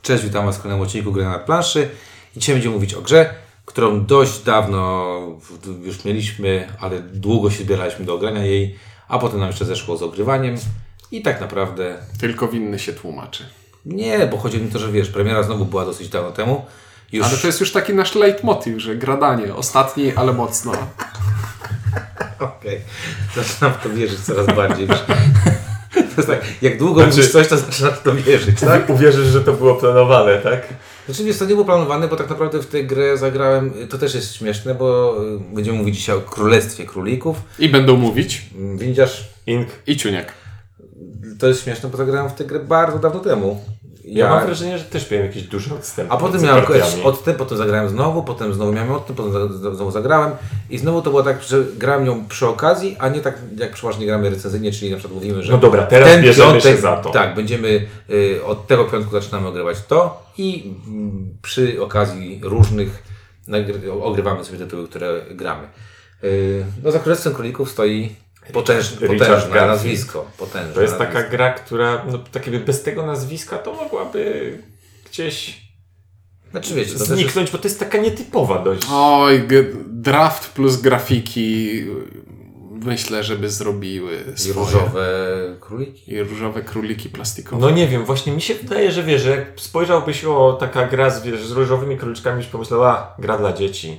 Cześć, witam Was w kolejnym odcinku Gry na planszy. I dzisiaj będziemy mówić o grze, którą dość dawno już mieliśmy, ale długo się zbieraliśmy do ogrania jej, a potem nam jeszcze zeszło z ogrywaniem i tak naprawdę... Tylko winny się tłumaczy. Nie, bo chodzi mi to, że wiesz, premiera znowu była dosyć dawno temu. Już... Ale to jest już taki nasz leitmotiv, że gradanie. Ostatni, ale mocno. Okej. Zaczynam w to wierzyć coraz bardziej. To jest tak, jak długo mówisz coś, to zaczynasz w to wierzyć, tak? Uwierzysz, że to było planowane, tak? Znaczy wiesz, to nie było planowane, bo tak naprawdę w tę grę zagrałem, to też jest śmieszne, bo będziemy mówić dzisiaj o Królestwie Królików. I będą mówić Windziarz Ink i Ciuniek. To jest śmieszne, bo zagrałem w tę grę bardzo dawno temu. Ja mam wrażenie, że też miałem jakiś duży odstęp. A potem miałem odstęp, potem zagrałem potem znowu miałem odstęp, potem znowu zagrałem i znowu to było tak, że grałem ją przy okazji, a nie tak jak przeważnie gramy recenzyjnie, czyli na przykład mówimy, że no dobra, teraz bierzemy się za to. Tak, będziemy od tego piątku zaczynamy ogrywać to i przy okazji różnych ogrywamy sobie tytuły, które gramy. No za Królestwem Królików stoi potężne nazwisko. To jest taka gra, która no, tak jakby bez tego nazwiska to mogłaby gdzieś wiecie, to zniknąć, jest... bo to jest taka nietypowa dość. Oj, draft plus grafiki myślę, żeby zrobiły swoje. I różowe króliki. I różowe króliki plastikowe. No nie wiem, właśnie mi się wydaje, że wiesz, że jak spojrzałbyś o taka gra z różowymi króliczkami, już pomyślała, gra dla dzieci.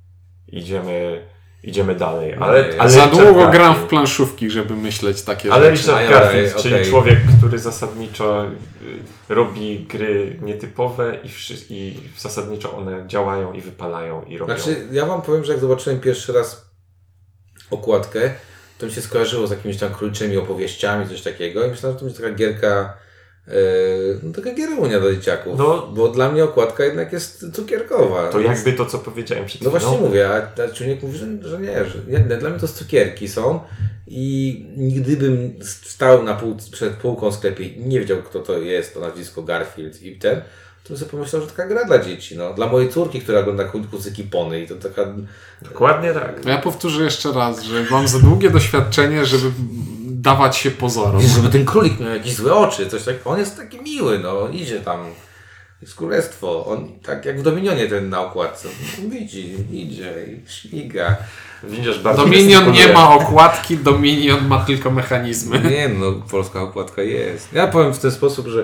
Idziemy dalej. Ale za długo gram w planszówki, żeby myśleć takie ale rzeczy. Richard Garfield, czyli człowiek, który zasadniczo robi gry nietypowe i zasadniczo one działają i wypalają i robią. Znaczy, ja wam powiem, że jak zobaczyłem pierwszy raz okładkę, to mi się skojarzyło z jakimiś tam króliczymi opowieściami, coś takiego i myślałem, że to będzie taka gierka, taka gierunia dla dzieciaków. No, bo dla mnie okładka jednak jest cukierkowa. To jakby to, co powiedziałem przed chwilą. No właśnie mówię, a Czuniek mówi, że nie. Dla mnie to cukierki są i nigdy bym stał przed półką w sklepie i nie wiedział, kto to jest, to nazwisko Garfield i to bym sobie pomyślał, że taka gra dla dzieci. No. Dla mojej córki, która ogląda Kucyki Pony i to taka... Dokładnie tak. Ja powtórzę jeszcze raz, że mam za długie doświadczenie, żeby dawać się pozorom. Żeby ten królik miał jakieś złe oczy, coś takiego. On jest taki miły, no. Idzie tam. Jest królestwo. On tak jak w Dominionie ten na okładce. Widzi, idzie i śmiga. Dominion nie ma okładki, Dominion ma tylko mechanizmy. Nie no, polska okładka jest. Ja powiem w ten sposób, że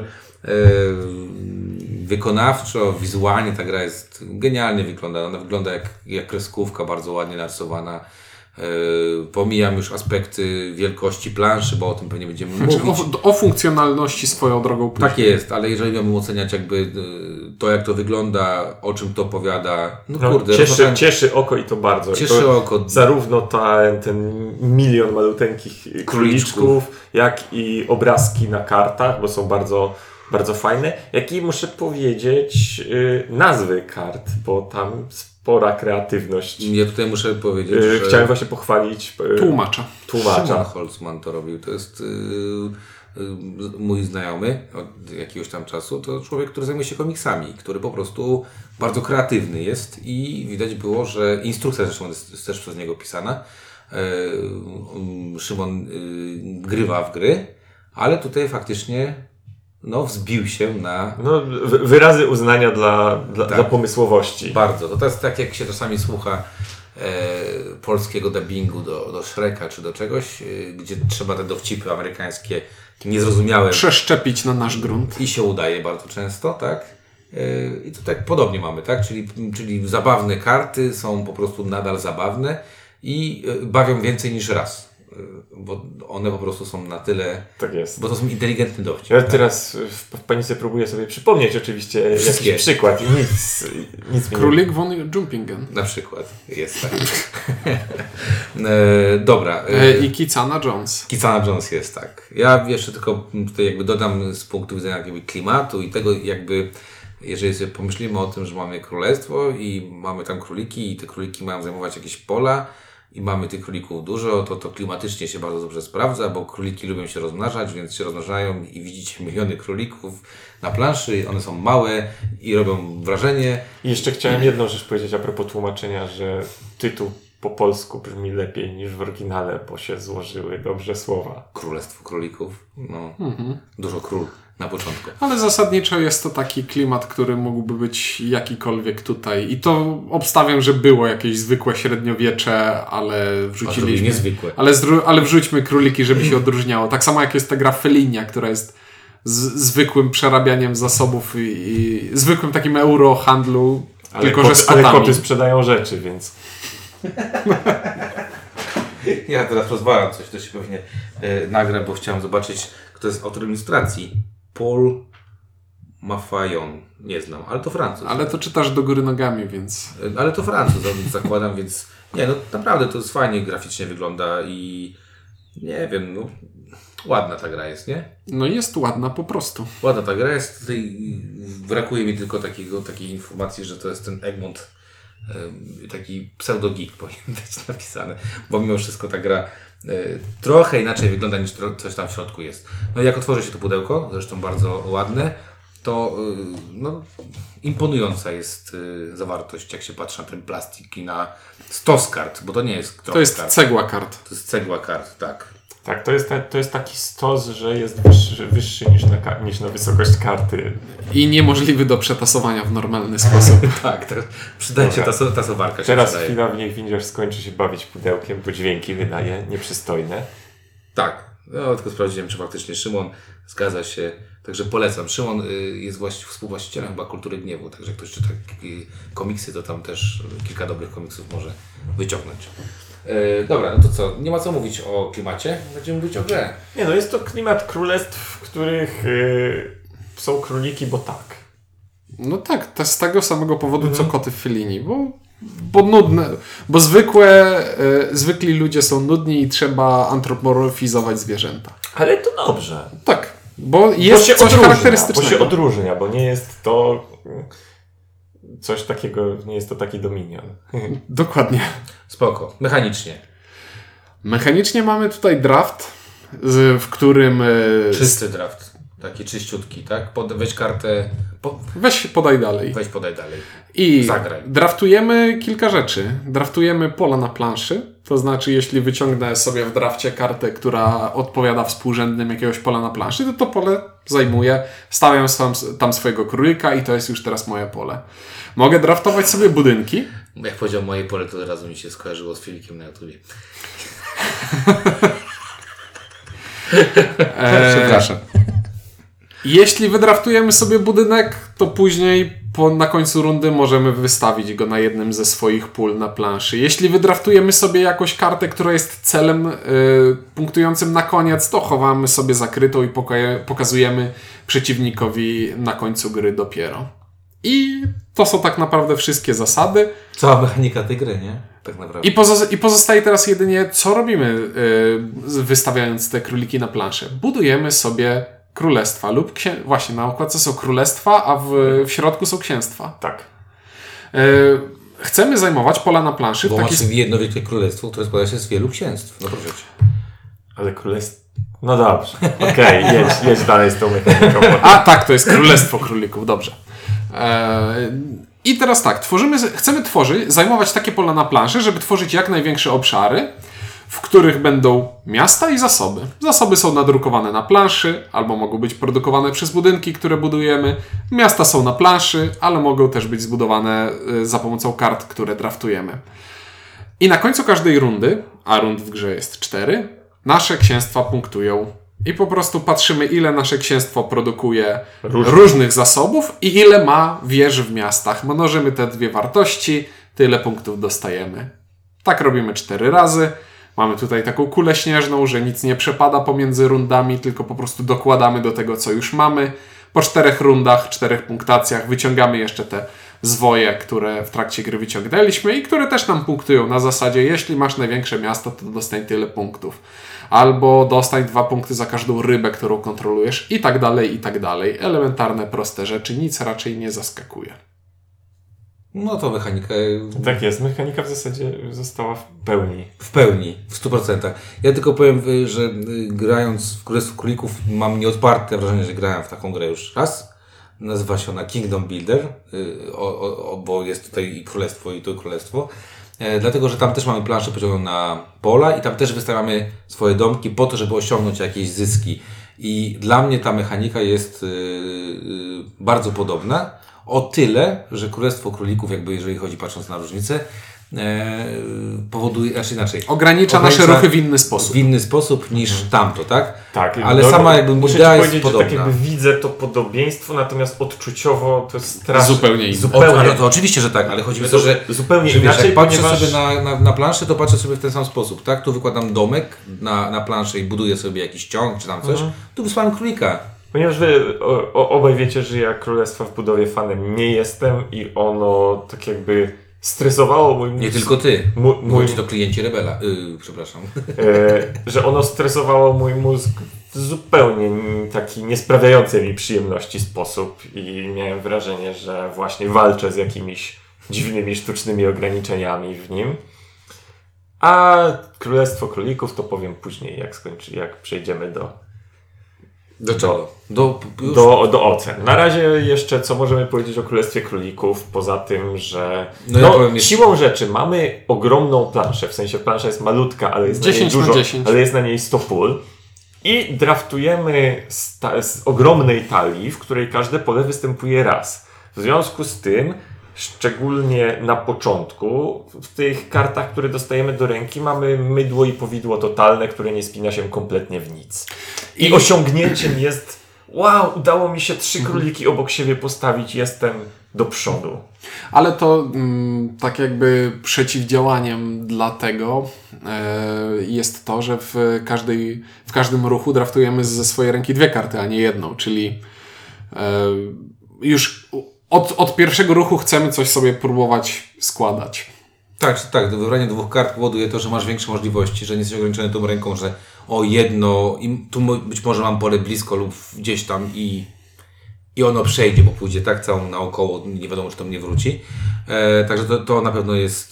wykonawczo, wizualnie ta gra jest genialnie wygląda. Ona wygląda jak kreskówka, bardzo ładnie narysowana. Pomijam już aspekty wielkości planszy, bo o tym pewnie będziemy mówić. O funkcjonalności swoją drogą później. Tak jest, ale jeżeli miałbym oceniać jakby to, jak to wygląda, o czym to opowiada, kurde. Cieszy oko i to bardzo. Cieszy oko. Zarówno ten milion maluteńkich króliczków, jak i obrazki na kartach, bo są bardzo, bardzo fajne, jak i muszę powiedzieć nazwy kart, bo tam spora kreatywność. Ja tutaj muszę powiedzieć, że... Chciałem właśnie pochwalić Tłumacza. Szymon Holzman to robił. To jest mój znajomy od jakiegoś tam czasu. To człowiek, który zajmuje się komiksami, który po prostu bardzo kreatywny jest i widać było, że instrukcja zresztą jest też przez niego pisana. Szymon grywa w gry, ale tutaj faktycznie wzbił się na... wyrazy uznania dla pomysłowości. Bardzo. To jest tak, jak się czasami słucha polskiego dubbingu do Shreka czy do czegoś, gdzie trzeba te dowcipy amerykańskie niezrozumiałe przeszczepić na nasz grunt. I się udaje bardzo często, tak? I to tak podobnie mamy, tak? Czyli zabawne karty są po prostu nadal zabawne i bawią więcej niż raz. Bo one po prostu są na tyle... Tak jest. Bo to są inteligentne dowcipy. Ja teraz w panice próbuję sobie przypomnieć oczywiście jakiś przykład i nic mi Królik von Jumpingen. Na przykład. Jest tak. Dobra. I Kicana Jones. Kicana Jones jest tak. Ja jeszcze tylko tutaj jakby dodam z punktu widzenia jakby klimatu i tego jakby... Jeżeli sobie pomyślimy o tym, że mamy królestwo i mamy tam króliki i te króliki mają zajmować jakieś pola i mamy tych królików dużo, to klimatycznie się bardzo dobrze sprawdza, bo króliki lubią się rozmnażać, więc się rozmnażają i widzicie miliony królików na planszy, one są małe i robią wrażenie. I jeszcze chciałem jedną rzecz powiedzieć a propos tłumaczenia, że tytuł po polsku brzmi lepiej niż w oryginale, bo się złożyły dobrze słowa. Królestwo królików. Dużo król. na początku. Ale zasadniczo jest to taki klimat, który mógłby być jakikolwiek tutaj. I to obstawiam, że było jakieś zwykłe średniowiecze, ale wrzuciliśmy... niezwykłe. Ale wrzućmy króliki, żeby się odróżniało. Tak samo jak jest ta gra Felinia, która jest zwykłym przerabianiem zasobów i zwykłym takim eurohandlu, tylko że z kotami. Ale koty sprzedają rzeczy, więc... Ja teraz rozwalam coś, to się pewnie nagram, bo chciałem zobaczyć, kto jest autorem ilustracji. Paul Mafayon. Nie znam, ale to Francuz. Ale to czytasz do góry nogami, więc... Ale to Francuz, zakładam, więc... Nie, no naprawdę to jest fajnie graficznie wygląda i... Nie wiem, no... Ładna ta gra jest, nie? No jest ładna po prostu. Ładna ta gra jest. Tutaj brakuje mi tylko takiej informacji, że to jest ten Egmont, taki pseudo-geek powinien być napisane, bo mimo wszystko ta gra trochę inaczej wygląda niż coś tam w środku jest. No i jak otworzy się to pudełko, zresztą bardzo ładne, to no, imponująca jest zawartość, jak się patrzy na ten plastik i na stos kart, bo to nie jest to jest kart. cegła kart. To jest cegła kart, tak. Tak, to jest taki stos, że jest wyższy niż na wysokość karty. I niemożliwy do przetasowania w normalny sposób. Tak, teraz przydaje się ta sowarka. Teraz chwila, niech Windziarz skończy się bawić pudełkiem, bo dźwięki wydaje nieprzystojne. Tak, no tylko sprawdziłem, czy faktycznie Szymon zgadza się. Także polecam. Szymon jest współwłaścicielem chyba Kultury Gniewu, także jak ktoś czyta komiksy, to tam też kilka dobrych komiksów może wyciągnąć. Dobra, no to co? Nie ma co mówić o klimacie, będziemy mówić o grze. Nie no, jest to klimat królestw, w których są króliki, bo tak. No tak, to z tego samego powodu, co koty w Felini, bo nudne, bo zwykli ludzie są nudni i trzeba antropomorfizować zwierzęta. Ale to dobrze. Tak, bo jest coś charakterystycznego. Bo się odróżnia, bo nie jest to coś takiego, nie jest to taki Dominion. Dokładnie. Spoko, mechanicznie. Mechanicznie mamy tutaj draft, w którym... Czysty draft, taki czyściutki, tak? Weź kartę... Weź podaj dalej. Weź podaj dalej. I zagraj. Draftujemy kilka rzeczy. Draftujemy pola na planszy, to znaczy jeśli wyciągnę sobie w drafcie kartę, która odpowiada współrzędnym jakiegoś pola na planszy, to pole zajmuję, stawiam tam swojego królika i to jest już teraz moje pole. Mogę draftować sobie budynki. Jak powiedział moje pole, to od razu mi się skojarzyło z filmikiem na YouTubie. Przepraszam. Jeśli wydraftujemy sobie budynek, to później na końcu rundy możemy wystawić go na jednym ze swoich pól na planszy. Jeśli wydraftujemy sobie jakąś kartę, która jest celem punktującym na koniec, to chowamy sobie zakrytą i pokazujemy przeciwnikowi na końcu gry dopiero. I to są tak naprawdę wszystkie zasady. Cała mechanika tej gry, nie? Tak naprawdę. I pozostaje teraz jedynie, co robimy wystawiając te króliki na planszę. Budujemy sobie królestwa lub właśnie na okładce są królestwa, a w środku są księstwa. Tak. Chcemy zajmować pola na planszy. Bo masz jedno wielkie królestwo, które składa się z wielu księstw. No proszę cię. Ale królestwo... No dobrze. Okej, jedź dalej z tą mechaniką. A tak, to jest królestwo królików. Dobrze. I teraz tak, chcemy zajmować takie pola na planszy, żeby tworzyć jak największe obszary, w których będą miasta i zasoby. Zasoby są nadrukowane na planszy, albo mogą być produkowane przez budynki, które budujemy. Miasta są na planszy, ale mogą też być zbudowane za pomocą kart, które draftujemy. I na końcu każdej rundy, a rund w grze jest 4, nasze księstwa punktują. I po prostu patrzymy, ile nasze księstwo produkuje różnych zasobów i ile ma wież w miastach. Mnożymy te dwie wartości, tyle punktów dostajemy. Tak robimy 4 razy. Mamy tutaj taką kulę śnieżną, że nic nie przepada pomiędzy rundami, tylko po prostu dokładamy do tego, co już mamy. Po 4 rundach, 4 punktacjach wyciągamy jeszcze te zwoje, które w trakcie gry wyciągnęliśmy i które też nam punktują na zasadzie, jeśli masz największe miasto, to dostań tyle punktów. Albo dostań 2 punkty za każdą rybę, którą kontrolujesz i tak dalej, i tak dalej. Elementarne, proste rzeczy, nic raczej nie zaskakuje. No to mechanika... Tak jest, mechanika w zasadzie została w pełni. W pełni, w 100%. Ja tylko powiem, że grając w Królestwo Królików mam nieodparte wrażenie, że grałem w taką grę już raz. Nazywa się ona Kingdom Builder, bo jest tutaj i królestwo, i to królestwo. Dlatego, że tam też mamy planszę podzieloną na pola i tam też wystawiamy swoje domki po to, żeby osiągnąć jakieś zyski. I dla mnie ta mechanika jest bardzo podobna. O tyle, że Królestwo Królików, jakby jeżeli chodzi, patrząc na różnicę, powoduje, znaczy inaczej. Ogranicza nasze ruchy w inny sposób. W inny sposób niż tamto, tak? Tak. Ale sama jakby muszę idea ci jest powiedzieć, podobna. że tak jakby widzę to podobieństwo, natomiast odczuciowo to jest strasznie... Zupełnie inne. Ale to oczywiście, że tak, ale chodzi mi o to, że zupełnie że wiesz, inaczej, jak patrzę ponieważ... sobie na planszę, to patrzę sobie w ten sam sposób, tak? Tu wykładam domek na planszę i buduję sobie jakiś ciąg czy tam coś. Tu wysłałem królika. Ponieważ wy obaj wiecie, że ja Królestwa w budowie fanem nie jestem i ono tak jakby stresowało mój mózg. Nie tylko ty. Mówię ci to klienci Rebela. Przepraszam. Że ono stresowało mój mózg w zupełnie taki niesprawiający mi przyjemności sposób i miałem wrażenie, że właśnie walczę z jakimiś dziwnymi, sztucznymi ograniczeniami w nim. A Królestwo Królików to powiem później, jak przejdziemy Do czego? do ocen. Na razie jeszcze co możemy powiedzieć o Królestwie Królików, poza tym, że siłą rzeczy mamy ogromną planszę, w sensie plansza jest malutka, ale jest 10 na niej na dużo, 10. ale jest na niej 100 pól i draftujemy z ogromnej talii, w której każde pole występuje raz. W związku z tym, szczególnie na początku, w tych kartach, które dostajemy do ręki, mamy mydło i powidło totalne, które nie spina się kompletnie w nic. I osiągnięciem jest, wow, udało mi się 3 króliki obok siebie postawić, jestem do przodu. Ale to tak jakby przeciwdziałaniem dla tego jest to, że w każdym ruchu draftujemy ze swojej ręki 2 karty, a nie jedną, czyli już od pierwszego ruchu chcemy coś sobie próbować składać. Tak, wybranie 2 kart powoduje to, że masz większe możliwości, że nie jesteś ograniczony tą ręką, że jedno, i tu być może mam pole blisko lub gdzieś tam i ono przejdzie, bo pójdzie tak całą naokoło, nie wiadomo, czy to mnie wróci. Także to na pewno jest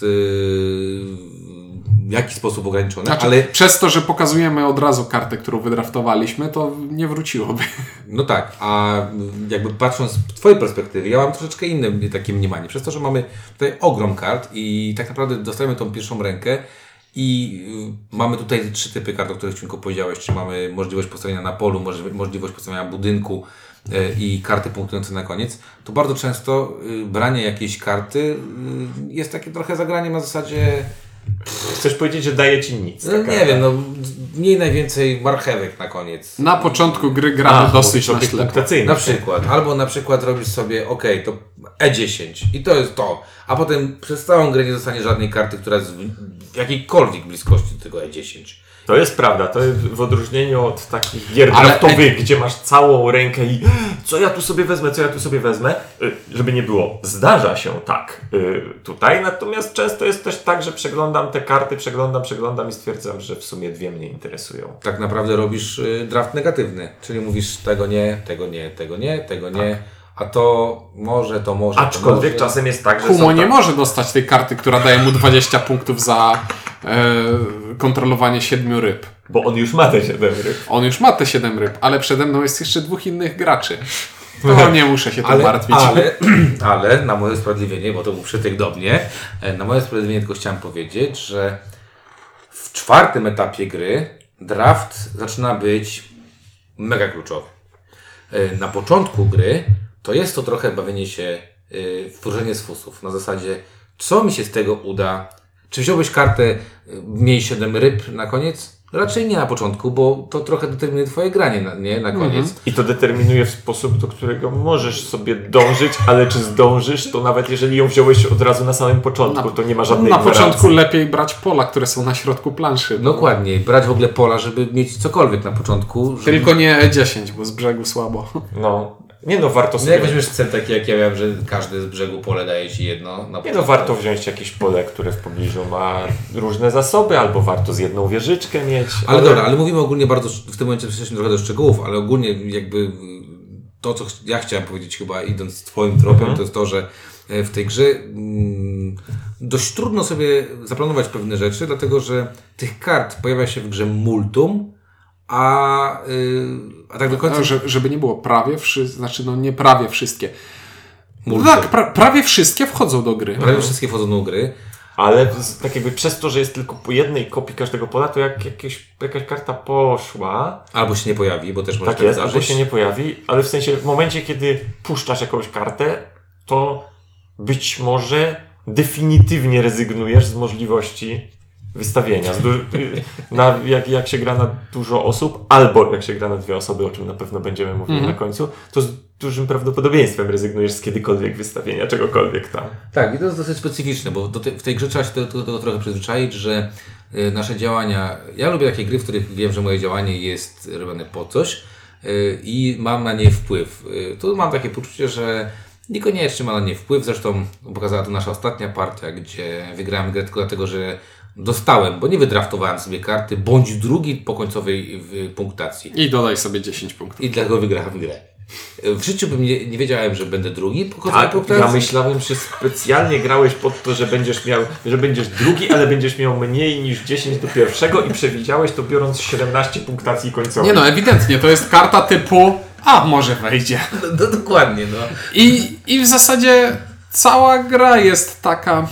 w jakiś sposób ograniczone. Znaczy, ale przez to, że pokazujemy od razu kartę, którą wydraftowaliśmy, to nie wróciłoby. No tak, a jakby patrząc z twojej perspektywy, ja mam troszeczkę inne takie mniemanie. Przez to, że mamy tutaj ogrom kart i tak naprawdę dostajemy tą pierwszą rękę i mamy tutaj 3 typy kart, o których Ciunko powiedziałeś, czyli mamy możliwość postawienia na polu, możliwość postawienia budynku i karty punktujące na koniec, to bardzo często branie jakiejś karty jest takie trochę zagranie na zasadzie... Chcesz powiedzieć, że daje ci nic? Nie wiem, mniej najwięcej marchewek na koniec. Na początku gry gramy dosyć na ślepo. Na przykład. Albo na przykład robisz sobie, to E10 i to jest to. A potem przez całą grę nie dostanie żadnej karty, która jest w jakiejkolwiek bliskości do tego E10. To jest prawda, to jest w odróżnieniu od takich gier draftowych, gdzie masz całą rękę i co ja tu sobie wezmę, żeby nie było, zdarza się tak tutaj, natomiast często jest też tak, że przeglądam te karty, przeglądam i stwierdzam, że w sumie 2 mnie interesują. Tak naprawdę robisz draft negatywny, czyli mówisz tego nie, tego nie, tego nie, tego nie, a to może. Aczkolwiek czasem jest tak, że Humo nie może dostać tej karty, która daje mu 20 punktów za kontrolowanie 7 ryb. Bo on już ma te 7 ryb. On już ma te 7 ryb, ale przede mną jest jeszcze 2 innych graczy. To nie muszę się tym martwić. Ale na moje usprawiedliwienie, bo to był przytyk do mnie, na moje usprawiedliwienie tylko chciałem powiedzieć, że w 4. etapie gry draft zaczyna być mega kluczowy. Na początku gry to jest to trochę bawienie się w wróżenie z fusów. Na zasadzie, co mi się z tego uda? Czy wziąłbyś kartę, miej 7 ryb na koniec? Raczej nie na początku, bo to trochę determinuje twoje granie na koniec. I to determinuje w sposób, do którego możesz sobie dążyć, ale czy zdążysz, to nawet jeżeli ją wziąłeś od razu na samym początku, to nie ma żadnej gwarancji. Na początku lepiej brać pola, które są na środku planszy. Dokładnie, brać w ogóle pola, żeby mieć cokolwiek na początku. Tylko nie E10, bo z brzegu słabo. Warto sobie... Jak weźmiesz cel taki jak ja miałem, że każdy z brzegu pole daje ci jedno. Na początku. Warto wziąć jakieś pole, które w pobliżu ma różne zasoby, albo warto z jedną wieżyczkę mieć. Ale dobra, ale mówimy ogólnie bardzo, w tym momencie przeszliśmy trochę do szczegółów, ale ogólnie jakby to, co ja chciałem powiedzieć chyba idąc twoim tropem, to jest to, że w tej grze dość trudno sobie zaplanować pewne rzeczy, dlatego że tych kart pojawia się w grze multum, a tak do końca... Żeby nie było prawie wszystkie, nie prawie wszystkie. Multum. Tak, prawie wszystkie wchodzą do gry. Prawie wszystkie wchodzą do gry, Ale tak jakby przez to, że jest tylko po jednej kopii każdego pola, to jak jakaś karta poszła, Albo się nie pojawi, bo też może tak jest, zdarzyć. albo się nie pojawi, ale w sensie w momencie, kiedy puszczasz jakąś kartę, to być może definitywnie rezygnujesz z możliwości wystawienia. Jak się gra na dużo osób, albo jak się gra na 2 osoby, o czym na pewno będziemy mówili na końcu, to z dużym prawdopodobieństwem rezygnujesz z kiedykolwiek wystawienia czegokolwiek tam. Tak, i to jest dosyć specyficzne, bo w tej grze trzeba się do tego trochę przyzwyczaić, że nasze działania... Ja lubię takie gry, w których wiem, że moje działanie jest robione po coś i mam na nie wpływ. Tu mam takie poczucie, że niekoniecznie ma na nie wpływ. Zresztą pokazała to nasza ostatnia partia, gdzie wygrałem grę tylko dlatego, że dostałem, bo nie wydraftowałem sobie karty, bądź drugi po końcowej punktacji. I dodaj sobie 10 punktów. I dlatego wygrałem grę. W życiu bym nie wiedziałem, że będę drugi po końcowej Tak, punktacji. ja myślałem, że specjalnie grałeś pod to, że będziesz drugi, ale będziesz miał mniej niż 10 do pierwszego i przewidziałeś to biorąc 17 punktacji końcowych. Nie no, ewidentnie, to jest karta typu może wejdzie. No, dokładnie, no. I w zasadzie cała gra jest taka...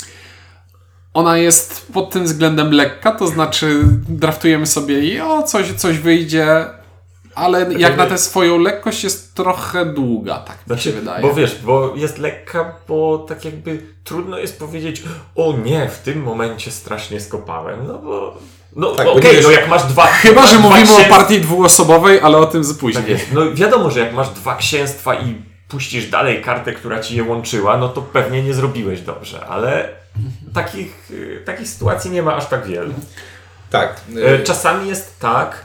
Ona jest pod tym względem lekka, to znaczy draftujemy sobie i coś wyjdzie, ale jak na tę swoją lekkość jest trochę długa, tak mi się wydaje. Bo wiesz, bo jest lekka, bo tak jakby trudno jest powiedzieć, o nie, w tym momencie strasznie skopałem, no bo... No Tak, okej, ponieważ- no jak masz dwa... Chyba, że dwa mówimy o księstwa- partii dwuosobowej, ale o tym z później. Tak jest. No wiadomo, że jak masz 2 księstwa i puścisz dalej kartę, która ci je łączyła, no to pewnie nie zrobiłeś dobrze, ale takich sytuacji nie ma aż tak wiele. Tak. Czasami jest tak,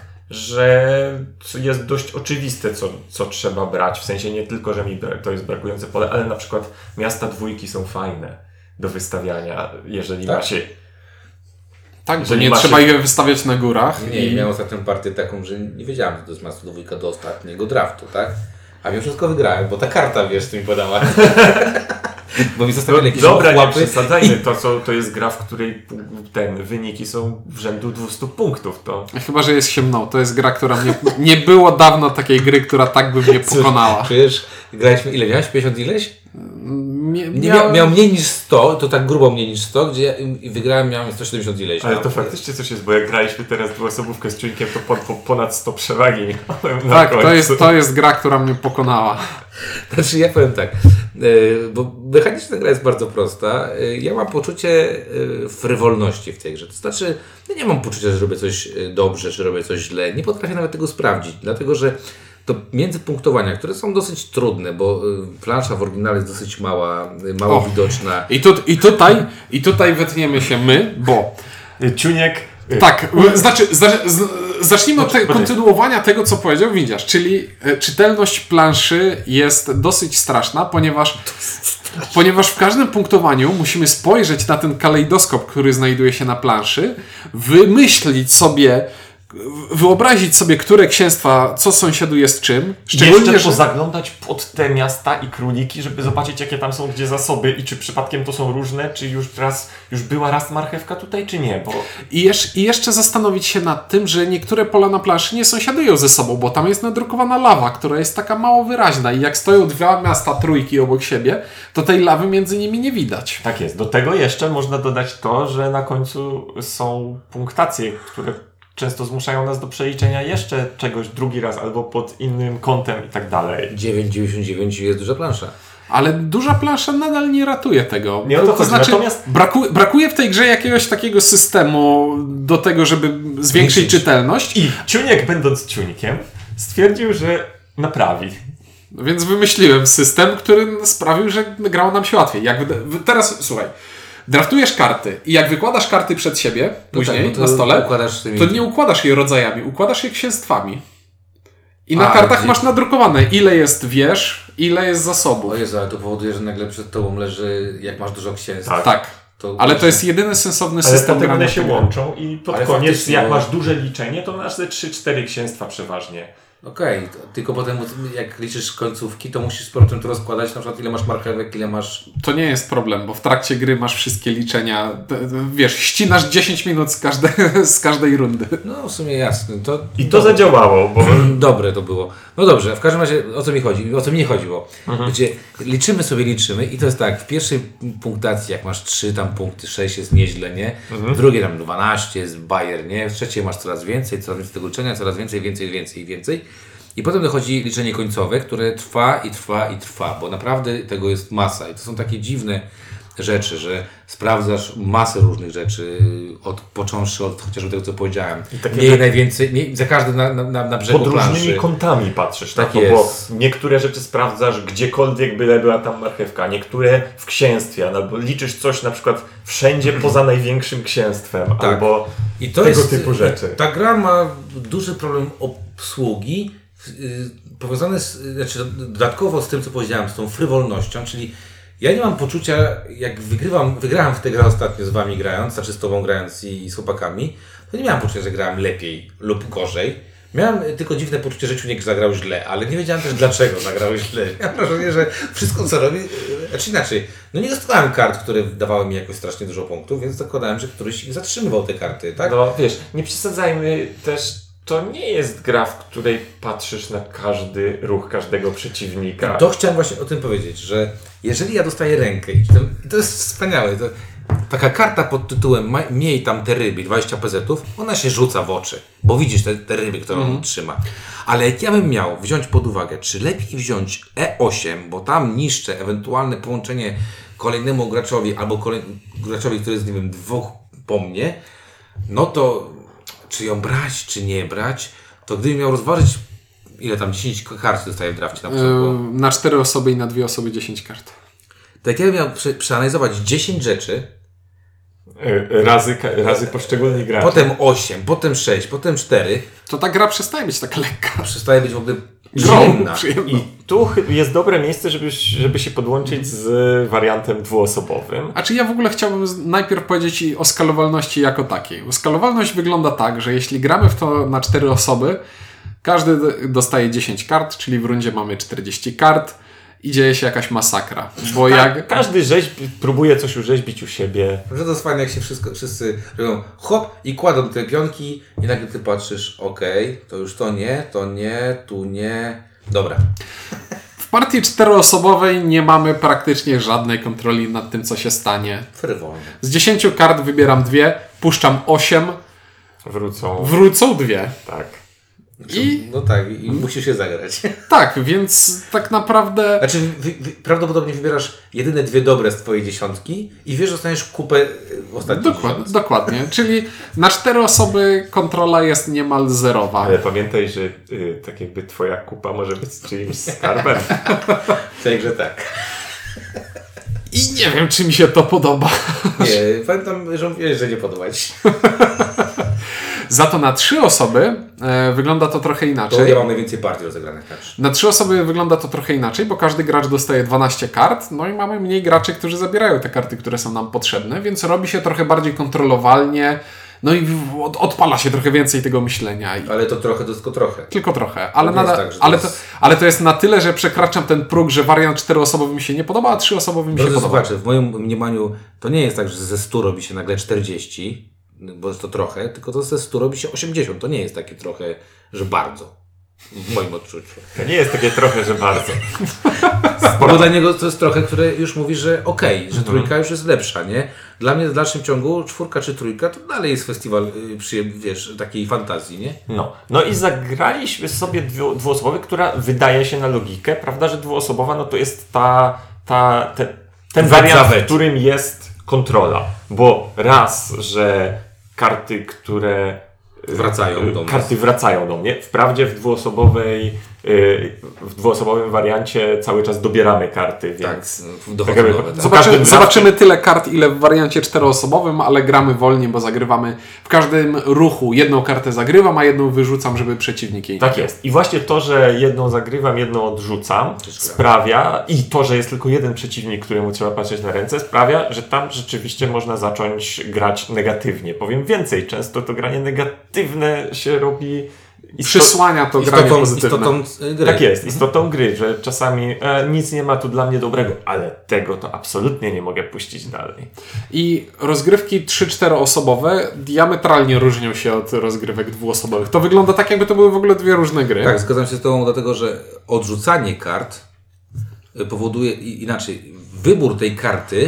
że jest dość oczywiste, co trzeba brać, w sensie nie tylko, że to jest brakujące pole, ale na przykład miasta 2 są fajne do wystawiania, jeżeli Tak? macie... Tak, bo Jeżeli nie masz- trzeba je wystawiać na górach. Nie, miałem ostatnią partię taką, że nie wiedziałem, że to jest Master 2 do ostatniego draftu, tak? A mimo wszystko wygrałem, bo ta karta, wiesz, co mi podała. Bo mi zostawili jakieś Dobra, nie łapy. przesadzajmy, to jest gra, w której wyniki są w rzędu 200 punktów, to... Chyba, że jest się mną. To jest gra, która mnie... Nie było dawno takiej gry, która tak by mnie pokonała. Czujesz, graliśmy ile? Miałeś 50 ileś? Miałem- Miał mniej niż 100, to tak grubo mniej niż 100, gdzie ja wygrałem, miałem 170 ileś. Ale tam. to faktycznie coś jest, bo jak graliśmy teraz dwuosobówkę z czujnikiem, to ponad 100 przewagi miałem na Tak, końcu. to jest gra, która mnie pokonała. Znaczy ja powiem tak, bo mechanicznie ta gra jest bardzo prosta. Ja mam poczucie frywolności w tej grze. To znaczy, ja nie mam poczucia, że robię coś dobrze, czy robię coś źle. Nie potrafię nawet tego sprawdzić, dlatego że to międzypunktowania, które są dosyć trudne, bo plansza w oryginale jest dosyć mało widoczna. I tutaj wytniemy się my, bo Ciuniek... tak, znaczy zacznijmy od kontynuowania tego, co powiedział Windziarz, czyli czytelność planszy jest dosyć straszna, ponieważ w każdym punktowaniu musimy spojrzeć na ten kalejdoskop, który znajduje się na planszy, wyobrazić sobie, które księstwa, co sąsiaduje z czym. Szczególnie, Jeszcze że... pozaglądać pod te miasta i króliki, żeby zobaczyć, jakie tam są gdzie zasoby i czy przypadkiem to są różne, czy już była raz marchewka tutaj, czy nie, bo... I jeszcze zastanowić się nad tym, że niektóre pola na planszy nie sąsiadują ze sobą, bo tam jest nadrukowana lawa, która jest taka mało wyraźna i jak stoją 2 miasta trójki obok siebie, to tej lawy między nimi nie widać. Tak jest. Do tego jeszcze można dodać to, że na końcu są punktacje, które często zmuszają nas do przeliczenia jeszcze czegoś drugi raz albo pod innym kątem i tak dalej. 9,99 jest duża plansza. Ale duża plansza nadal nie ratuje tego. Nie o to chodzi, znaczy, natomiast- brakuje w tej grze jakiegoś takiego systemu do tego, żeby zwiększyć czytelność. I Ciuniek, będąc Ciunikiem, stwierdził, że naprawi. Więc wymyśliłem system, który sprawił, że grało nam się łatwiej. Teraz, słuchaj, draftujesz karty i jak wykładasz karty przed siebie, później tak, na stole, układasz tymi... to nie układasz je rodzajami, układasz je księstwami. I na A, kartach gdzie- masz nadrukowane, ile jest wież, ile jest zasobów. O Jezu, ale to powoduje, że nagle przed tobą leży, jak masz dużo księstw. Tak. Tak. Ale to jest jedyny sensowny Ale system potem one grania się w tę grę. łączą i pod Ale koniec, faktycznie, jak no. masz duże liczenie, to masz ze 3-4 księstwa przeważnie. Okej, tylko potem jak liczysz końcówki, to musisz z powrotem to rozkładać, na przykład ile masz marchewek, ile masz... To nie jest problem, bo w trakcie gry masz wszystkie liczenia. Wiesz, ścinasz 10 minut z każdej rundy. No w sumie jasne. I to zadziałało, bo... Dobre to było. No dobrze, w każdym razie o co mi chodzi? O co mi nie chodziło. Wiecie, liczymy i to jest tak, w pierwszej punktacji jak masz 3 tam punkty, 6 jest nieźle, nie? W drugiej tam 12 jest bajer, nie? W trzeciej masz coraz więcej tego liczenia, coraz więcej. I potem dochodzi liczenie końcowe, które trwa, bo naprawdę tego jest masa. I to są takie dziwne rzeczy, że sprawdzasz masę różnych rzeczy, począwszy od chociażby tego, co powiedziałem. Za każdy na brzegu pod różnymi planszy. kątami patrzysz, Tak bo jest. niektóre rzeczy sprawdzasz gdziekolwiek, byle była tam marchewka, niektóre w księstwie, albo liczysz coś na przykład wszędzie poza największym księstwem, albo I to tego jest, typu rzeczy. Ta gra ma duży problem obsługi, powiązany dodatkowo z tym, co powiedziałem, z tą frywolnością, czyli ja nie mam poczucia, jak wygrałem w tę grę ostatnio z wami grając, znaczy z tobą grając i z chłopakami, to nie miałem poczucia, że grałem lepiej lub gorzej. Miałem tylko dziwne poczucie, że Ciuniek zagrał źle, ale nie wiedziałem też dlaczego zagrał źle. Miałem wrażenie, że wszystko co robi, znaczy inaczej, no nie dostawałem kart, które dawały mi jakoś strasznie dużo punktów, więc zakładałem, że któryś ich zatrzymywał te karty, tak? No wiesz, nie przesadzajmy też, to nie jest gra, w której patrzysz na każdy ruch każdego przeciwnika. To chciałem właśnie o tym powiedzieć, że jeżeli ja dostaję rękę i to jest wspaniałe, taka karta pod tytułem miej tam te ryby, 20 pezetów, ona się rzuca w oczy, bo widzisz te ryby, które on trzyma. Ale jak ja bym miał wziąć pod uwagę, czy lepiej wziąć E8, bo tam niszczę ewentualne połączenie kolejnemu graczowi albo graczowi, który jest, nie wiem, 2 po mnie, no to czy ją brać, czy nie brać, to gdybym miał rozważyć, ile tam 10 kart dostaję w drafcie na początku. Na 4 osoby i na 2 osoby 10 kart. Tak ja bym miał przeanalizować 10 rzeczy, Razy poszczególnych graczy. potem 8, potem 6, potem 4, To ta gra przestaje być taka lekka. przestaje być w ogóle Przyjemna. przyjemna. I tu jest dobre miejsce, żeby się podłączyć z wariantem dwuosobowym. A czy ja w ogóle chciałbym najpierw powiedzieć o skalowalności jako takiej. Skalowalność wygląda tak, że jeśli gramy w to na 4 osoby, każdy dostaje 10 kart, czyli w rundzie mamy 40 kart i dzieje się jakaś masakra. Bo Każdy próbuje coś urzeźbić u siebie. Że to jest fajne, jak się wszyscy robią hop i kładą te pionki i nagle ty patrzysz, okej, to już to nie, tu nie, dobra. W partii 4-osobowej nie mamy praktycznie żadnej kontroli nad tym, co się stanie. Frywolnie. Z 10 kart wybieram 2, puszczam 8, wrócą 2. Tak. No tak, i musisz się zagrać. Tak, więc tak naprawdę... Znaczy, prawdopodobnie wybierasz jedyne 2 dobre z twojej dziesiątki i wiesz, że dostaniesz kupę w ostatniej dziesiątce. Dokładnie, czyli na 4 osoby kontrola jest niemal zerowa. Ale pamiętaj, że tak jakby twoja kupa może być czyimś skarbem. Także tak. I nie wiem, czy mi się to podoba. Nie, pamiętam, że mówiłeś, że nie podoba ci. Za to na 3 osoby wygląda to trochę To inaczej. ja mam najwięcej partii rozegranych też. Na 3 osoby wygląda to trochę inaczej, bo każdy gracz dostaje 12 kart, no i mamy mniej graczy, którzy zabierają te karty, które są nam potrzebne, więc robi się trochę bardziej kontrolowalnie, no i odpala się trochę więcej tego myślenia. Ale to trochę, to tylko trochę. Tylko trochę, ale, nie jest nadal, tak, że to jest- ale to jest na tyle, że przekraczam ten próg, że wariant 4-osobowy mi się nie podoba, a 3-osobowy mi się Drodzy podoba. słuchacze, w moim mniemaniu to nie jest tak, że ze 100 robi się nagle 40, bo jest to trochę, tylko to ze 100 robi się 80. To nie jest takie trochę, że bardzo. W moim odczuciu. To nie jest takie trochę, że bardzo. Bo dla niego to jest trochę, które już mówi, że okej, że trójka już jest lepsza, nie? Dla mnie w dalszym ciągu 4 czy 3 to dalej jest festiwal, wiesz, takiej fantazji, nie? No i zagraliśmy sobie dwuosobowy, która wydaje się na logikę, prawda, że dwuosobowa, no to jest ten wariant, w którym jest kontrola. Bo raz, że karty, które wracają do mnie. Wprawdzie w dwuosobowym wariancie cały czas dobieramy karty, więc... Zobaczymy tyle kart, ile w wariancie 4-osobowym, ale gramy wolniej, bo zagrywamy w każdym ruchu. Jedną kartę zagrywam, a jedną wyrzucam, żeby przeciwnik jej... Tak jest. I właśnie to, że jedną zagrywam, jedną odrzucam, sprawia, i to, że jest tylko jeden przeciwnik, któremu trzeba patrzeć na ręce, sprawia, że tam rzeczywiście można zacząć grać negatywnie. Powiem więcej, często to granie negatywne się robi przysłania to granie pozytywne. Istotą gry. Tak jest, istotą gry, że czasami nic nie ma tu dla mnie dobrego, ale tego to absolutnie nie mogę puścić dalej. I rozgrywki 3-4 osobowe diametralnie różnią się od rozgrywek dwuosobowych. To wygląda tak, jakby to były w ogóle dwie różne gry. Tak, zgadzam się z Tobą, dlatego że odrzucanie kart powoduje inaczej. Wybór tej karty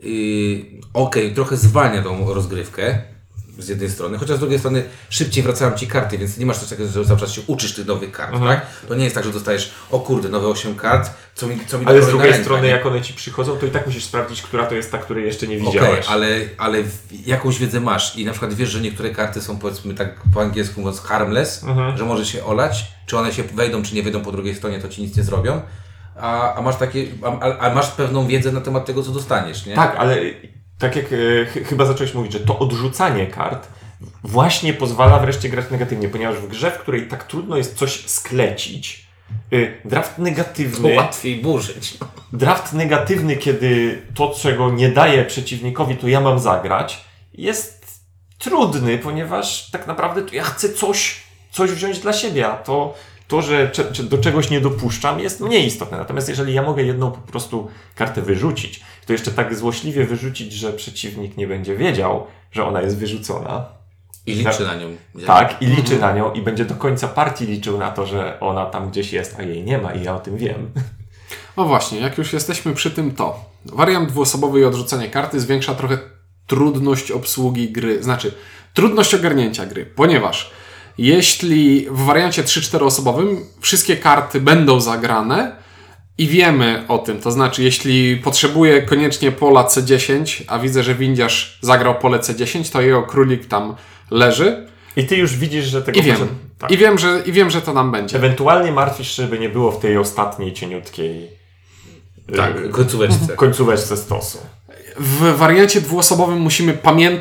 trochę zwalnia tą rozgrywkę z jednej strony, chociaż z drugiej strony szybciej wracają Ci karty, więc nie masz coś takiego, że cały czas się uczysz tych nowych kart, tak? To nie jest tak, że dostajesz, o kurde, nowe 8 kart, co mi ale z drugiej strony, jak one Ci przychodzą, to i tak musisz sprawdzić, która to jest ta, której jeszcze nie widziałeś. Ale jakąś wiedzę masz i na przykład wiesz, że niektóre karty są, powiedzmy tak po angielsku mówiąc, harmless, że może się olać, czy one się wejdą, czy nie wejdą po drugiej stronie, to Ci nic nie zrobią, a masz pewną wiedzę na temat tego, co dostaniesz, nie? Tak, ale tak jak chyba zacząłeś mówić, że to odrzucanie kart właśnie pozwala wreszcie grać negatywnie, ponieważ w grze, w której tak trudno jest coś sklecić, draft negatywny... To łatwiej burzyć. Draft negatywny, kiedy to, czego nie daje przeciwnikowi, to ja mam zagrać, jest trudny, ponieważ tak naprawdę to ja chcę coś wziąć dla siebie, a to, że do czegoś nie dopuszczam, jest mniej istotne. Natomiast jeżeli ja mogę jedną po prostu kartę wyrzucić, to jeszcze tak złośliwie wyrzucić, że przeciwnik nie będzie wiedział, że ona jest wyrzucona. I liczy na nią. Tak, i liczy na nią i będzie do końca partii liczył na to, że ona tam gdzieś jest, a jej nie ma i ja o tym wiem. No właśnie, jak już jesteśmy przy tym, to wariant dwuosobowy i odrzucenie karty zwiększa trochę trudność obsługi gry, znaczy trudność ogarnięcia gry, ponieważ jeśli w wariancie 3-4 osobowym wszystkie karty będą zagrane i wiemy o tym, to znaczy jeśli potrzebuję koniecznie pola C10, a widzę, że windiarz zagrał pole C10, to jego królik tam leży. I ty już widzisz, że tego... Tak. I wiem, że to nam będzie. Ewentualnie martwisz się, żeby nie było w tej ostatniej cieniutkiej końcóweczce stosu. W wariancie dwuosobowym musimy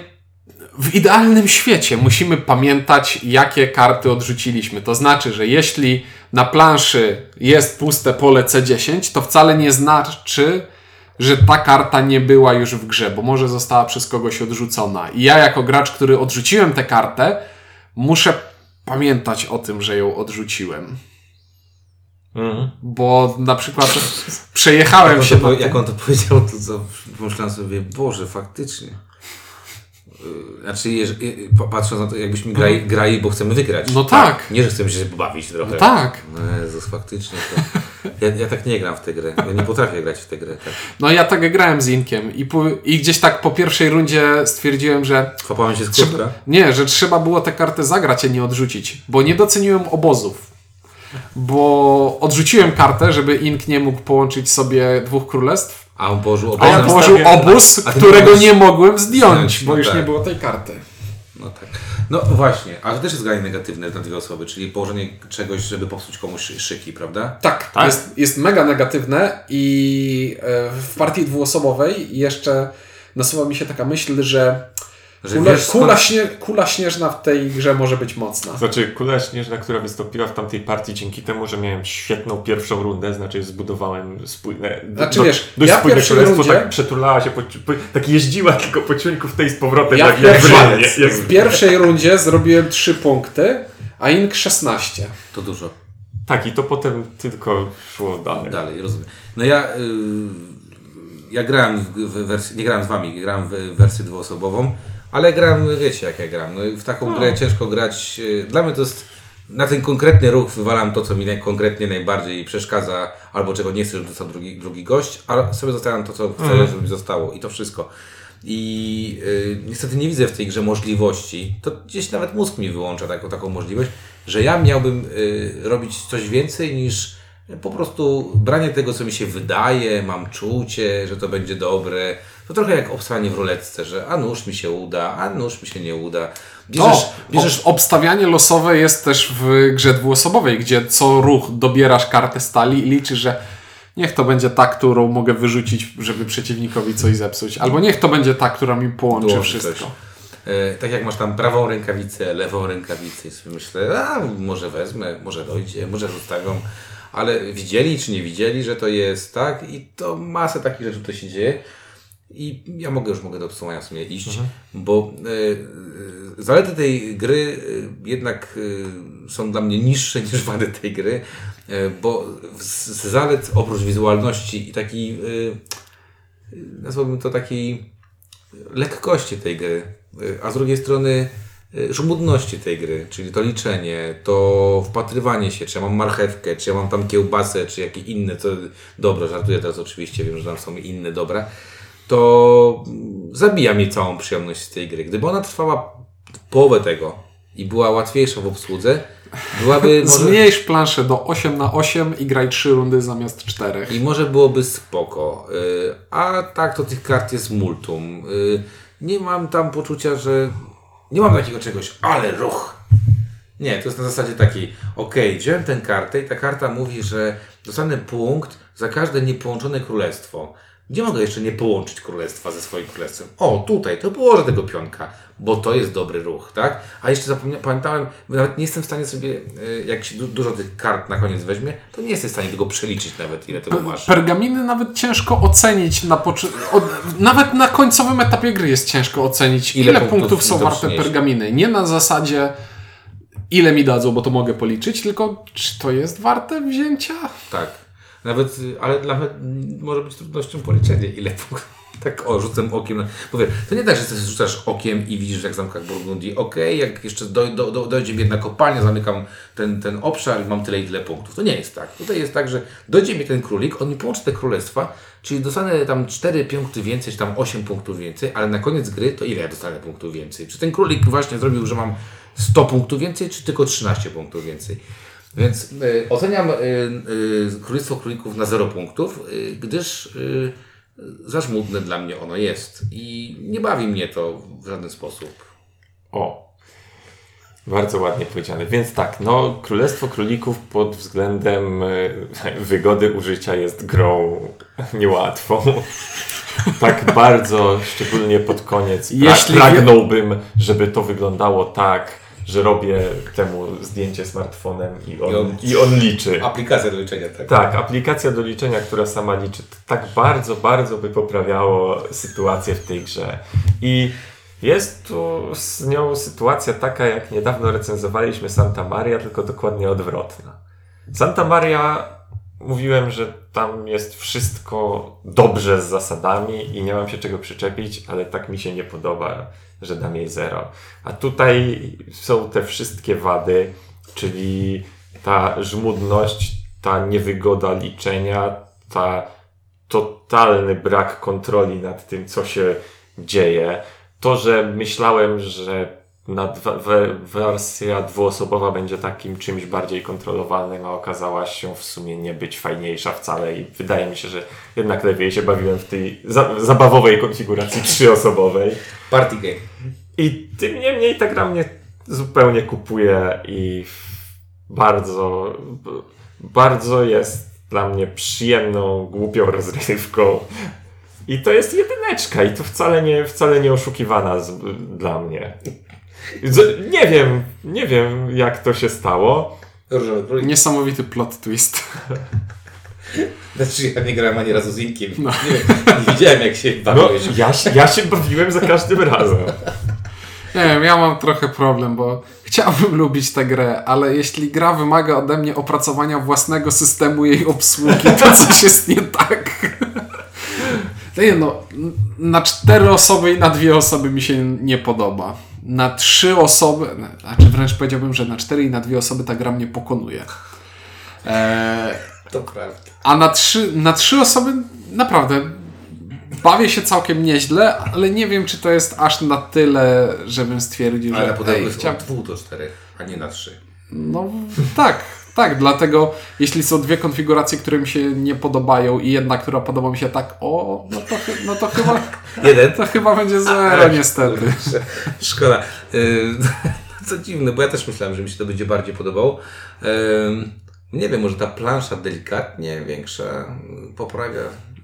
w idealnym świecie musimy pamiętać, jakie karty odrzuciliśmy. To znaczy, że jeśli na planszy jest puste pole C10, to wcale nie znaczy, że ta karta nie była już w grze, bo może została przez kogoś odrzucona. I ja jako gracz, który odrzuciłem tę kartę, muszę pamiętać o tym, że ją odrzuciłem. Bo na przykład przejechałem się... Jak on to powiedział, to co pomyślałem sobie, Boże, faktycznie. Znaczy, patrząc na to, jakbyśmy grali, bo chcemy wygrać. No tak. Nie, że chcemy się pobawić trochę. No tak. No Jezus, faktycznie. Ja tak nie gram w tę grę. Ja nie potrafię grać w tę grę. Tak. No ja tak grałem z Inkiem i gdzieś tak po pierwszej rundzie stwierdziłem, że... Chłapałem się z krótka? że trzeba było tę kartę zagrać, a nie odrzucić. Bo nie doceniłem obozów. Bo odrzuciłem kartę, żeby Ink nie mógł połączyć sobie 2 królestw. A on położył obóz. A ja położył obóz, którego nie mogłem zdjąć, bo już nie było tej karty. No tak. No właśnie, ale to też jest granie negatywne dla tej osoby, czyli położenie czegoś, żeby popsuć komuś szyki, prawda? Tak. Jest mega negatywne i w partii dwuosobowej jeszcze nasuwa mi się taka myśl, że kula śnieżna w tej grze może być mocna. Znaczy, kula śnieżna, która wystąpiła w tamtej partii dzięki temu, że miałem świetną pierwszą rundę, znaczy zbudowałem spójne... dość spójne królestwo, tak przetulała się, tak jeździła tylko po ciuńku w tej z powrotem, ja w pierwszej rundzie zrobiłem 3 punkty, a Ink 16. To dużo. Tak, i to potem tylko szło dalej. Rozumiem. No ja grałem w wersji, nie grałem z wami, grałem w wersję dwuosobową, ale gram, wiecie jak ja gram. No, w taką grę ciężko grać. Dla mnie to jest, na ten konkretny ruch wywalam to, co mi konkretnie najbardziej przeszkadza, albo czego nie chcę, żeby dostał drugi gość, a sobie zostawiam to, co chcę, żeby mi zostało. I to wszystko. I niestety nie widzę w tej grze możliwości, to gdzieś nawet mózg mi wyłącza taką możliwość, że ja miałbym robić coś więcej niż po prostu branie tego, co mi się wydaje, mam czucie, że to będzie dobre. To trochę jak obstawianie w ruletce, że a nuż mi się uda, a nuż mi się nie uda. Obstawianie losowe jest też w grze dwuosobowej, gdzie co ruch dobierasz kartę stali i liczysz, że niech to będzie ta, którą mogę wyrzucić, żeby przeciwnikowi coś zepsuć. Albo niech to będzie ta, która mi połączy wszystko. Tak jak masz tam prawą rękawicę, lewą rękawicę i sobie myślę, może wezmę, może dojdzie, może zostawią. Ale widzieli czy nie widzieli, że to jest tak i to masę takich rzeczy to się dzieje. I ja mogę do podsumowania w sumie iść, bo zalety tej gry jednak są dla mnie niższe niż wady tej gry, bo z zalet oprócz wizualności i takiej, nazwałbym to takiej lekkości tej gry, a z drugiej strony żmudności tej gry, czyli to liczenie, to wpatrywanie się, czy ja mam marchewkę, czy ja mam tam kiełbasę, czy jakieś inne, co dobra, żartuję teraz oczywiście, wiem, że tam są inne dobra, to zabija mnie całą przyjemność z tej gry. Gdyby ona trwała połowę tego i była łatwiejsza w obsłudze, byłaby może... Zmniejsz planszę do 8x8 i graj 3 rundy zamiast 4. I może byłoby spoko. A tak to tych kart jest multum. Nie mam tam poczucia, że... Nie mam takiego czegoś, ale ruch! Nie, to jest na zasadzie takiej, wziąłem tę kartę i ta karta mówi, że dostanę punkt za każde niepołączone królestwo. Gdzie mogę jeszcze nie połączyć królestwa ze swoim królestwem? O, tutaj, to położę tego pionka, bo to jest dobry ruch, tak? A jeszcze pamiętałem, nawet nie jestem w stanie sobie, jak się dużo tych kart na koniec weźmie, to nie jestem w stanie tego przeliczyć nawet, ile tego masz. Pergaminy nawet ciężko ocenić, nawet na końcowym etapie gry jest ciężko ocenić, ile punktów są warte pergaminy. Nie na zasadzie, ile mi dadzą, bo to mogę policzyć, tylko czy to jest warte wzięcia? Tak. Ale nawet może być trudnością policzenie, ile punktów. Tak rzucam okiem. Mówię, to nie tak, że rzucasz okiem i widzisz jak w zamkach Burgundii. Jak jeszcze dojdzie mi jedna kopalnia, zamykam ten obszar i mam tyle i tyle punktów. To nie jest tak. Tutaj jest tak, że dojdzie mi ten królik, on mi połączy te królestwa, czyli dostanę tam 4 punkty więcej, czy tam 8 punktów więcej, ale na koniec gry to ile ja dostanę punktów więcej? Czy ten królik właśnie zrobił, że mam 100 punktów więcej, czy tylko 13 punktów więcej? Więc oceniam Królestwo Królików na 0 punktów, gdyż za żmudne dla mnie ono jest i nie bawi mnie to w żaden sposób. O, bardzo ładnie powiedziane. Więc tak, Królestwo Królików pod względem wygody użycia jest grą niełatwą. Tak bardzo, szczególnie pod koniec. Pragnąłbym, żeby to wyglądało tak, że robię temu zdjęcie smartfonem i on liczy. Aplikacja do liczenia, tak? Tak, aplikacja do liczenia, która sama liczy. Tak bardzo, bardzo by poprawiało sytuację w tej grze. I jest tu z nią sytuacja taka, jak niedawno recenzowaliśmy Santa Maria, tylko dokładnie odwrotna. Santa Maria, mówiłem, że tam jest wszystko dobrze z zasadami i nie mam się czego przyczepić, ale tak mi się nie podoba, że dam jej 0. A tutaj są te wszystkie wady, czyli ta żmudność, ta niewygoda liczenia, ta totalny brak kontroli nad tym, co się dzieje. To, że myślałem, że wersja dwuosobowa będzie takim czymś bardziej kontrolowanym, a okazała się w sumie nie być fajniejsza wcale i wydaje mi się, że jednak lepiej się bawiłem w tej zabawowej konfiguracji 3-osobowej. Party game. I tym niemniej ta gra mnie zupełnie kupuje i bardzo, bardzo jest dla mnie przyjemną, głupią rozrywką. I to jest jedyneczka i to wcale nie oszukiwana dla mnie. Nie wiem jak to się stało. Niesamowity plot twist. Znaczy ja nie grałem ani razu z Inkiem. No. Nie widziałem jak się bawiłeś. Ja się bawiłem za każdym razem. Nie wiem, ja mam trochę problem, bo chciałbym lubić tę grę, ale jeśli gra wymaga ode mnie opracowania własnego systemu jej obsługi, to coś jest nie tak. Na 4 osoby i na 2 osoby mi się nie podoba. Na 3 osoby, znaczy wręcz powiedziałbym, że na 4 i na 2 osoby ta gra mnie pokonuje. To prawda. A na 3 osoby naprawdę bawię się całkiem nieźle, ale nie wiem, czy to jest aż na tyle, żebym stwierdził, ale że... podobno jest od 2 do 4, a nie na 3. No tak, dlatego jeśli są 2 konfiguracje, które mi się nie podobają i jedna, która podoba mi się tak, no to chyba... Jeden? To chyba będzie 0 niestety. Szkoda. Co dziwne, bo ja też myślałem, że mi się to będzie bardziej podobało. Nie wiem, może ta plansza delikatnie większa poprawia.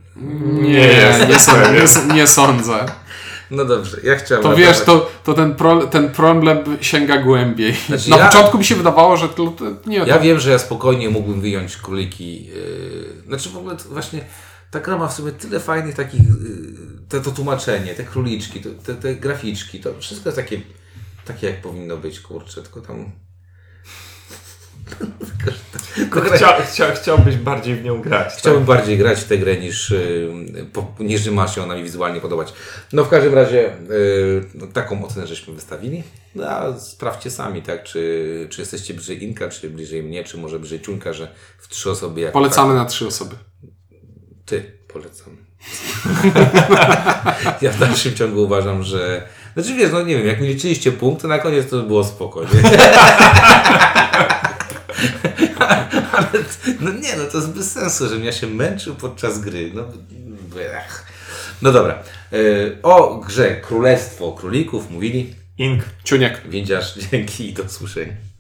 Nie sądzę. No dobrze, ja chciałem... To wiesz, to ten problem sięga głębiej. Znaczy na początku mi się wydawało, że Ja wiem, że ja spokojnie mógłbym wyjąć króliki. Znaczy w ogóle właśnie ta gra ma w sobie tyle fajnych takich to tłumaczenie, te króliczki, te graficzki, to wszystko jest takie jak powinno być, kurczę, tylko tam... Chciałbyś bardziej w nią grać. Chciałbym bardziej grać w tę grę niż ma się ona mi wizualnie podobać. No w każdym razie taką ocenę żeśmy wystawili. No, a sprawdźcie sami, tak? Czy jesteście bliżej Inka, czy bliżej mnie, czy może bliżej Ciuńka, że w 3 osoby... Jak Polecamy na 3 osoby. Ty polecam. Ja w dalszym ciągu uważam, że... Znaczy wiesz, no nie wiem, jak mi liczyliście punkty, na koniec to było spokojnie. Ale, no nie, no to jest bez sensu, żebym ja się męczył podczas gry. No dobra. O grze Królestwo Królików mówili Ink. Ciuniek. Windziarz, dzięki i do usłyszenia.